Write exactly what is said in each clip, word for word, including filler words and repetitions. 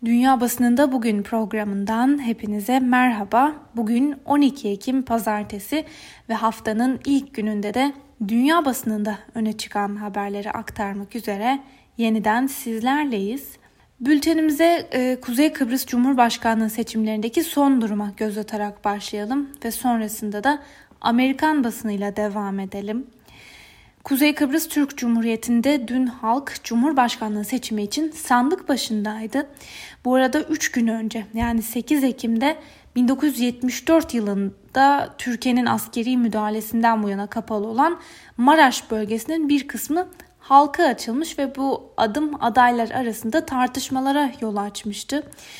Dünya Basınında Bugün programından hepinize merhaba. Bugün on iki Ekim Pazartesi ve haftanın ilk gününde de dünya basınında öne çıkan haberleri aktarmak üzere yeniden sizlerleyiz. Bültenimize e, Kuzey Kıbrıs Cumhurbaşkanlığı seçimlerindeki son duruma göz atarak başlayalım ve sonrasında da Amerikan basınıyla devam edelim. Kuzey Kıbrıs Türk Cumhuriyeti'nde dün halk Cumhurbaşkanlığı seçimi için sandık başındaydı. Bu arada üç gün önce yani sekiz Ekim'de bin dokuz yüz yetmiş dört yılında Türkiye'nin askeri müdahalesinden bu yana kapalı olan Maraş bölgesinin bir kısmı halka açılmış ve bu adım adaylar arasında tartışmalara yol açmıştı.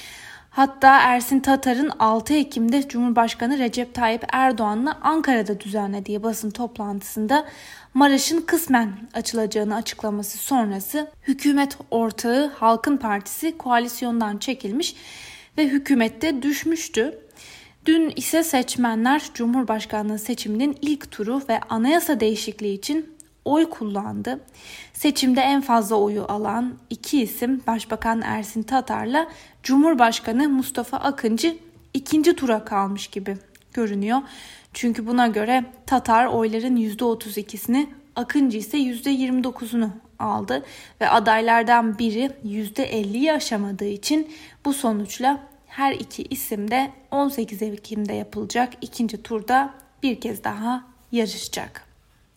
Hatta Ersin Tatar'ın altı Ekim'de Cumhurbaşkanı Recep Tayyip Erdoğan'la Ankara'da düzenlediği basın toplantısında Maraş'ın kısmen açılacağını açıklaması sonrası hükümet ortağı Halkın Partisi koalisyondan çekilmiş ve hükümette düşmüştü. Dün ise seçmenler Cumhurbaşkanlığı seçiminin ilk turu ve anayasa değişikliği için oy kullandı. Seçimde en fazla oyu alan iki isim Başbakan Ersin Tatar'la Cumhurbaşkanı Mustafa Akıncı ikinci tura kalmış gibi görünüyor. Çünkü buna göre Tatar oyların yüzde otuz ikisini, Akıncı ise yüzde yirmi dokuzunu aldı ve adaylardan biri yüzde elliyi aşamadığı için bu sonuçla her iki isim de on sekiz Ekim'de yapılacak ikinci turda bir kez daha yarışacak.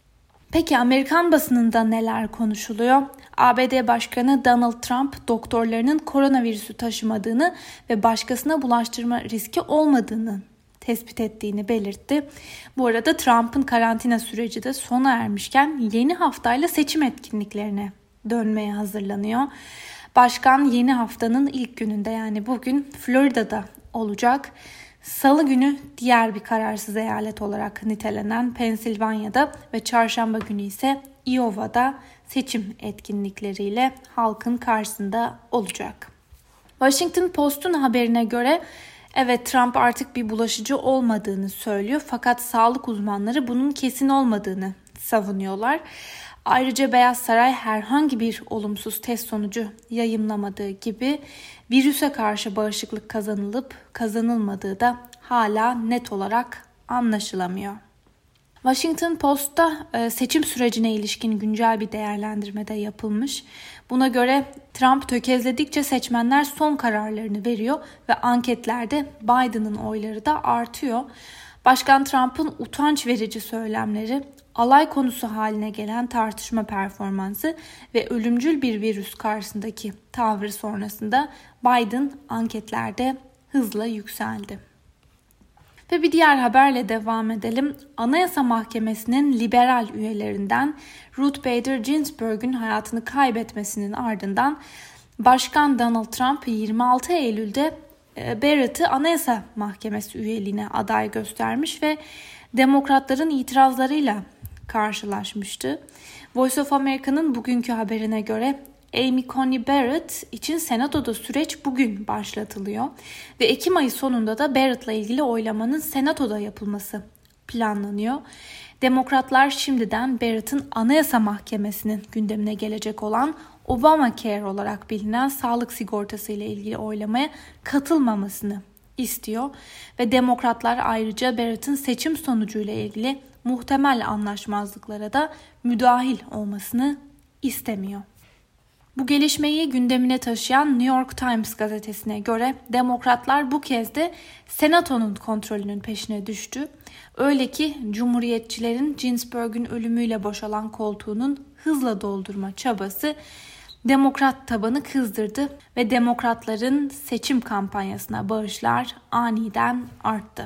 Peki Amerikan basınında neler konuşuluyor? A B D Başkanı Donald Trump doktorlarının koronavirüsü taşımadığını ve başkasına bulaştırma riski olmadığını tespit ettiğini belirtti. Bu arada Trump'ın karantina süreci de sona ermişken yeni haftayla seçim etkinliklerine dönmeye hazırlanıyor. Başkan yeni haftanın ilk gününde yani bugün Florida'da olacak. Salı günü diğer bir kararsız eyalet olarak nitelenen Pensilvanya'da ve çarşamba günü ise Iowa'da seçim etkinlikleriyle halkın karşısında olacak. Washington Post'un haberine göre evet Trump artık bir bulaşıcı olmadığını söylüyor fakat sağlık uzmanları bunun kesin olmadığını savunuyorlar. Ayrıca Beyaz Saray herhangi bir olumsuz test sonucu yayımlamadığı gibi virüse karşı bağışıklık kazanılıp kazanılmadığı da hala net olarak anlaşılamıyor. Washington Post'ta seçim sürecine ilişkin güncel bir değerlendirmede yapılmış. Buna göre Trump tökezledikçe seçmenler son kararlarını veriyor ve anketlerde Biden'ın oyları da artıyor. Başkan Trump'ın utanç verici söylemleri, alay konusu haline gelen tartışma performansı ve ölümcül bir virüs karşısındaki tavrı sonrasında Biden anketlerde hızla yükseldi. Ve bir diğer haberle devam edelim. Anayasa Mahkemesi'nin liberal üyelerinden Ruth Bader Ginsburg'un hayatını kaybetmesinin ardından Başkan Donald Trump yirmi altı Eylül'de Barrett'ı Anayasa Mahkemesi üyeliğine aday göstermiş ve demokratların itirazlarıyla karşılaşmıştı. Voice of America'nın bugünkü haberine göre Amy Coney Barrett için Senato'da süreç bugün başlatılıyor ve Ekim ayı sonunda da Barrett'la ilgili oylamanın Senato'da yapılması planlanıyor. Demokratlar şimdiden Barrett'ın Anayasa Mahkemesi'nin gündemine gelecek olan Obamacare olarak bilinen sağlık sigortası ile ilgili oylamaya katılmamasını istiyor ve demokratlar ayrıca Barrett'ın seçim sonucuyla ilgili muhtemel anlaşmazlıklara da müdahil olmasını istemiyor. Bu gelişmeyi gündemine taşıyan New York Times gazetesine göre demokratlar bu kez de Senato'nun kontrolünün peşine düştü. Öyle ki Cumhuriyetçilerin Ginsburg'un ölümüyle boşalan koltuğunun hızla doldurma çabası demokrat tabanı kızdırdı ve demokratların seçim kampanyasına bağışlar aniden arttı.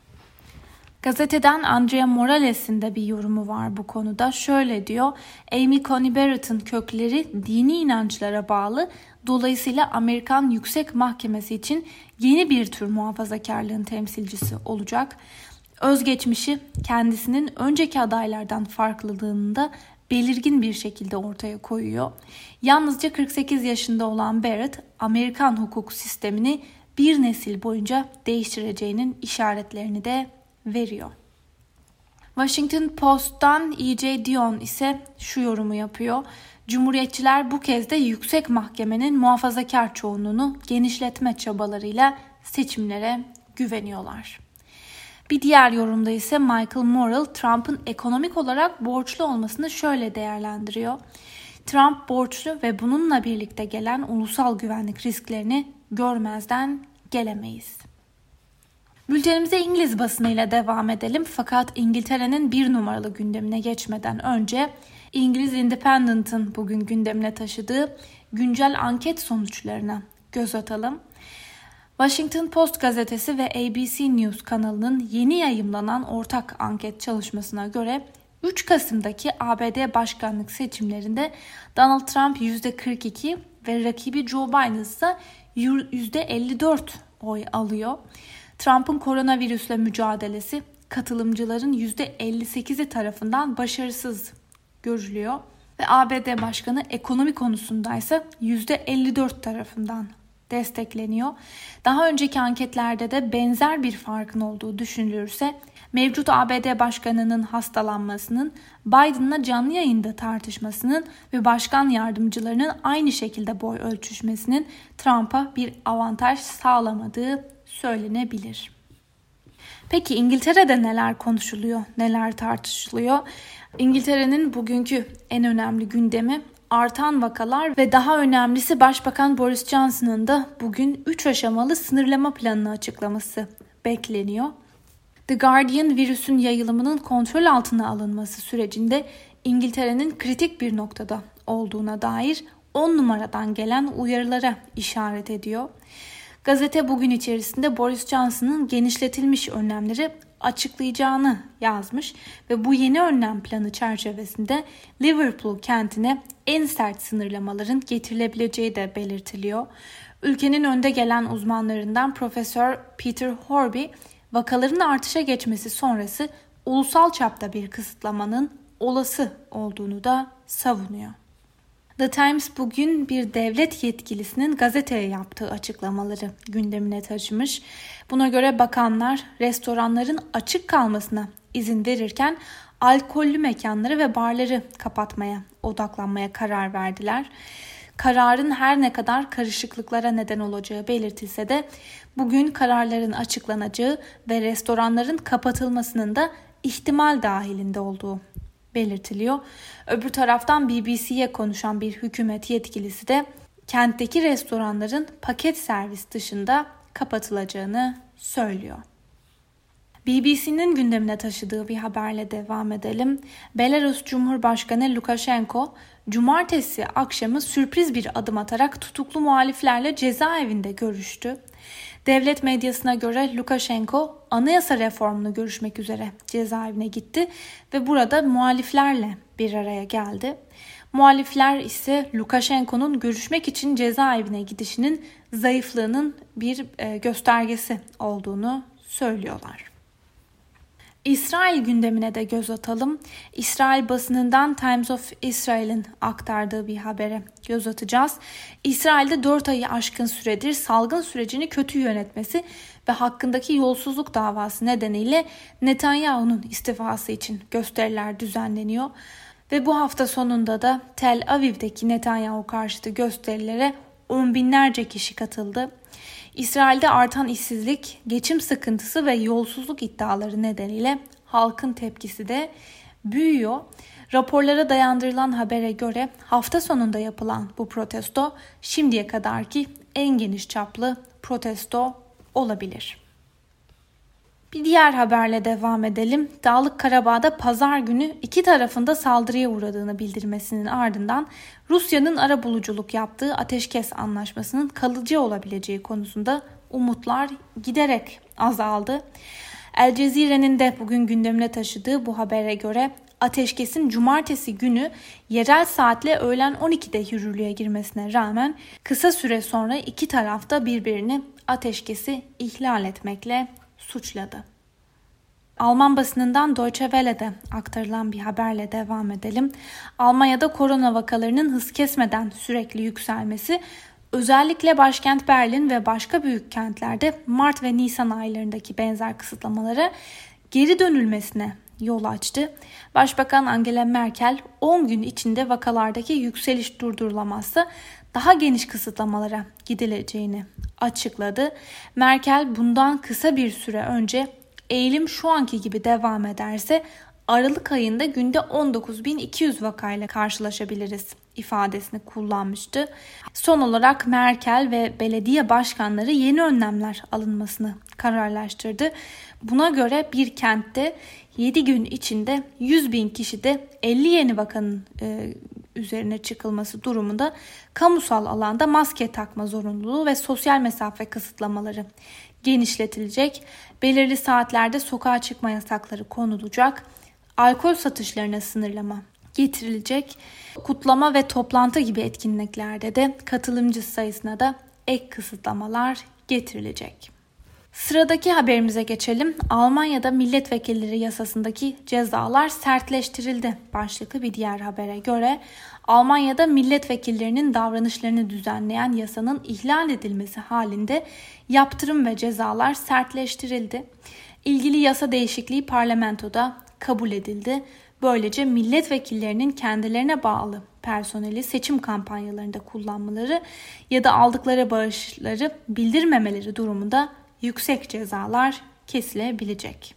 Gazeteden Andrea Morales'in de bir yorumu var bu konuda. Şöyle diyor, Amy Coney Barrett'ın kökleri dini inançlara bağlı, dolayısıyla Amerikan Yüksek Mahkemesi için yeni bir tür muhafazakarlığın temsilcisi olacak. Özgeçmişi kendisinin önceki adaylardan farklılığını da belirgin bir şekilde ortaya koyuyor. Yalnızca kırk sekiz yaşında olan Barrett, Amerikan hukuk sistemini bir nesil boyunca değiştireceğinin işaretlerini de veriyor. Washington Post'tan E J Dion ise şu yorumu yapıyor. Cumhuriyetçiler bu kez de yüksek mahkemenin muhafazakar çoğunluğunu genişletme çabalarıyla seçimlere güveniyorlar. Bir diğer yorumda ise Michael Morrell, Trump'ın ekonomik olarak borçlu olmasını şöyle değerlendiriyor. Trump borçlu ve bununla birlikte gelen ulusal güvenlik risklerini görmezden gelemeyiz. Bültenimize İngiliz basınıyla devam edelim, fakat İngiltere'nin bir numaralı gündemine geçmeden önce İngiliz Independent'ın bugün gündemine taşıdığı güncel anket sonuçlarına göz atalım. Washington Post gazetesi ve A B C News kanalının yeni yayımlanan ortak anket çalışmasına göre üç Kasım'daki A B D başkanlık seçimlerinde Donald Trump yüzde kırk iki ve rakibi Joe Biden ise yüzde elli dört oy alıyor. Trump'ın koronavirüsle mücadelesi katılımcıların yüzde elli sekizi tarafından başarısız görülüyor ve A B D Başkanı ekonomi konusundaysa yüzde elli dört tarafından destekleniyor. Daha önceki anketlerde de benzer bir farkın olduğu düşünülürse mevcut A B D Başkanı'nın hastalanmasının, Biden'la canlı yayında tartışmasının ve başkan yardımcılarının aynı şekilde boy ölçüşmesinin Trump'a bir avantaj sağlamadığı söylenebilir. Peki İngiltere'de neler konuşuluyor, neler tartışılıyor? İngiltere'nin bugünkü en önemli gündemi artan vakalar ve daha önemlisi Başbakan Boris Johnson'ın da bugün üç aşamalı sınırlama planını açıklaması bekleniyor. The Guardian, virüsün yayılımının kontrol altına alınması sürecinde İngiltere'nin kritik bir noktada olduğuna dair on numaradan gelen uyarılara işaret ediyor. Gazete bugün içerisinde Boris Johnson'ın genişletilmiş önlemleri açıklayacağını yazmış ve bu yeni önlem planı çerçevesinde Liverpool kentine en sert sınırlamaların getirilebileceği de belirtiliyor. Ülkenin önde gelen uzmanlarından Profesör Peter Horby, vakaların artışa geçmesi sonrası ulusal çapta bir kısıtlamanın olası olduğunu da savunuyor. The Times bugün bir devlet yetkilisinin gazeteye yaptığı açıklamaları gündemine taşımış. Buna göre bakanlar restoranların açık kalmasına izin verirken alkollü mekanları ve barları kapatmaya, odaklanmaya karar verdiler. Kararın her ne kadar karışıklıklara neden olacağı belirtilse de bugün kararların açıklanacağı ve restoranların kapatılmasının da ihtimal dahilinde olduğu belirtiliyor. Öbür taraftan B B C'ye konuşan bir hükümet yetkilisi de kentteki restoranların paket servis dışında kapatılacağını söylüyor. B B C'nin gündemine taşıdığı bir haberle devam edelim. Belarus Cumhurbaşkanı Lukashenko, cumartesi akşamı sürpriz bir adım atarak tutuklu muhaliflerle cezaevinde görüştü. Devlet medyasına göre Lukashenko anayasa reformunu görüşmek üzere cezaevine gitti ve burada muhaliflerle bir araya geldi. Muhalifler ise Lukashenko'nun görüşmek için cezaevine gidişinin zayıflığının bir göstergesi olduğunu söylüyorlar. İsrail gündemine de göz atalım. İsrail basınından Times of Israel'in aktardığı bir habere göz atacağız. İsrail'de dört ayı aşkın süredir salgın sürecini kötü yönetmesi ve hakkındaki yolsuzluk davası nedeniyle Netanyahu'nun istifası için gösteriler düzenleniyor. Ve bu hafta sonunda da Tel Aviv'deki Netanyahu karşıtı gösterilere on binlerce kişi katıldı. İsrail'de artan işsizlik, geçim sıkıntısı ve yolsuzluk iddiaları nedeniyle halkın tepkisi de büyüyor. Raporlara dayandırılan habere göre hafta sonunda yapılan bu protesto şimdiye kadarki en geniş çaplı protesto olabilir. Bir diğer haberle devam edelim. Dağlık Karabağ'da pazar günü iki tarafında saldırıya uğradığını bildirmesinin ardından Rusya'nın arabuluculuk yaptığı ateşkes anlaşmasının kalıcı olabileceği konusunda umutlar giderek azaldı. El Cezire'nin de bugün gündemine taşıdığı bu habere göre ateşkesin cumartesi günü yerel saatle öğlen on ikide yürürlüğe girmesine rağmen kısa süre sonra iki taraf da birbirini ateşkesi ihlal etmekle suçladı. Alman basınından Deutsche Welle'de aktarılan bir haberle devam edelim. Almanya'da korona vakalarının hız kesmeden sürekli yükselmesi, özellikle başkent Berlin ve başka büyük kentlerde Mart ve Nisan aylarındaki benzer kısıtlamalara geri dönülmesine yol açtı. Başbakan Angela Merkel on gün içinde vakalardaki yükseliş durdurulamazsa daha geniş kısıtlamalara gidileceğini açıkladı. Merkel bundan kısa bir süre önce eğilim şu anki gibi devam ederse Aralık ayında günde on dokuz bin iki yüz vakayla karşılaşabiliriz ifadesini kullanmıştı. Son olarak Merkel ve belediye başkanları yeni önlemler alınmasını kararlaştırdı. Buna göre bir kentte yedi gün içinde yüz bin kişide elli yeni vakanın e, üzerine çıkılması durumunda kamusal alanda maske takma zorunluluğu ve sosyal mesafe kısıtlamaları genişletilecek. Belirli saatlerde sokağa çıkma yasakları konulacak. Alkol satışlarına sınırlama getirilecek. Kutlama ve toplantı gibi etkinliklerde de katılımcı sayısına da ek kısıtlamalar getirilecek. Sıradaki haberimize geçelim. Almanya'da milletvekilleri yasasındaki cezalar sertleştirildi. Başlıklı bir diğer habere göre Almanya'da milletvekillerinin davranışlarını düzenleyen yasanın ihlal edilmesi halinde yaptırım ve cezalar sertleştirildi. İlgili yasa değişikliği parlamentoda kabul edildi. Böylece milletvekillerinin kendilerine bağlı personeli seçim kampanyalarında kullanmaları ya da aldıkları bağışları bildirmemeleri durumunda yüksek cezalar kesilebilecek.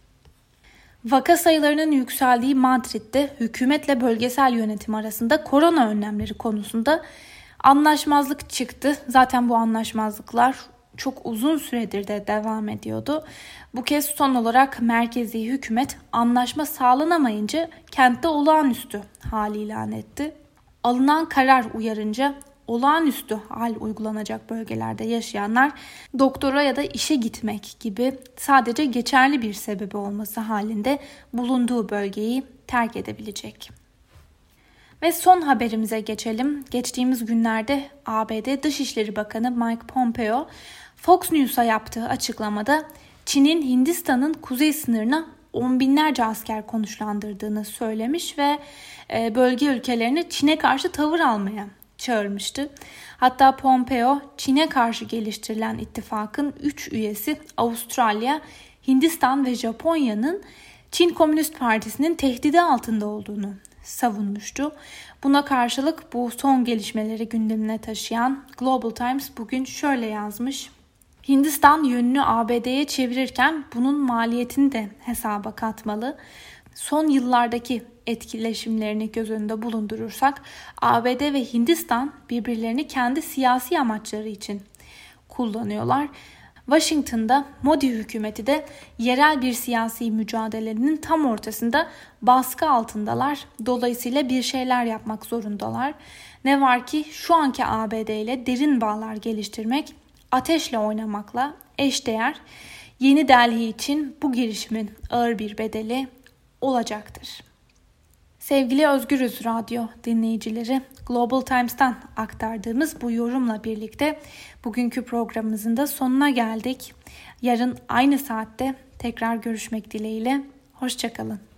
Vaka sayılarının yükseldiği Madrid'de hükümetle bölgesel yönetim arasında korona önlemleri konusunda anlaşmazlık çıktı. Zaten bu anlaşmazlıklar çok uzun süredir de devam ediyordu. Bu kez son olarak merkezi hükümet anlaşma sağlanamayınca kentte olağanüstü hal ilan etti. Alınan karar uyarınca olağanüstü hal uygulanacak bölgelerde yaşayanlar doktora ya da işe gitmek gibi sadece geçerli bir sebebi olması halinde bulunduğu bölgeyi terk edebilecek. Ve son haberimize geçelim. Geçtiğimiz günlerde A B D Dışişleri Bakanı Mike Pompeo, Fox News'a yaptığı açıklamada Çin'in Hindistan'ın kuzey sınırına on binlerce asker konuşlandırdığını söylemiş ve bölge ülkelerini Çin'e karşı tavır almaya çağırmıştı. Hatta Pompeo, Çin'e karşı geliştirilen ittifakın üç üyesi Avustralya, Hindistan ve Japonya'nın Çin Komünist Partisi'nin tehdidi altında olduğunu savunmuştu. Buna karşılık bu son gelişmeleri gündemine taşıyan Global Times bugün şöyle yazmış. Hindistan yönünü A B D'ye çevirirken bunun maliyetini de hesaba katmalı. Son yıllardaki etkileşimlerini göz önünde bulundurursak A B D ve Hindistan birbirlerini kendi siyasi amaçları için kullanıyorlar. Washington'da Modi hükümeti de yerel bir siyasi mücadelenin tam ortasında baskı altındalar. Dolayısıyla bir şeyler yapmak zorundalar. Ne var ki şu anki A B D ile derin bağlar geliştirmek ateşle oynamakla eşdeğer. Yeni Delhi için bu girişimin ağır bir bedeli olacaktır. Sevgili Özgürüz Radyo dinleyicileri, Global Times'tan aktardığımız bu yorumla birlikte bugünkü programımızın da sonuna geldik. Yarın aynı saatte tekrar görüşmek dileğiyle. Hoşça kalın.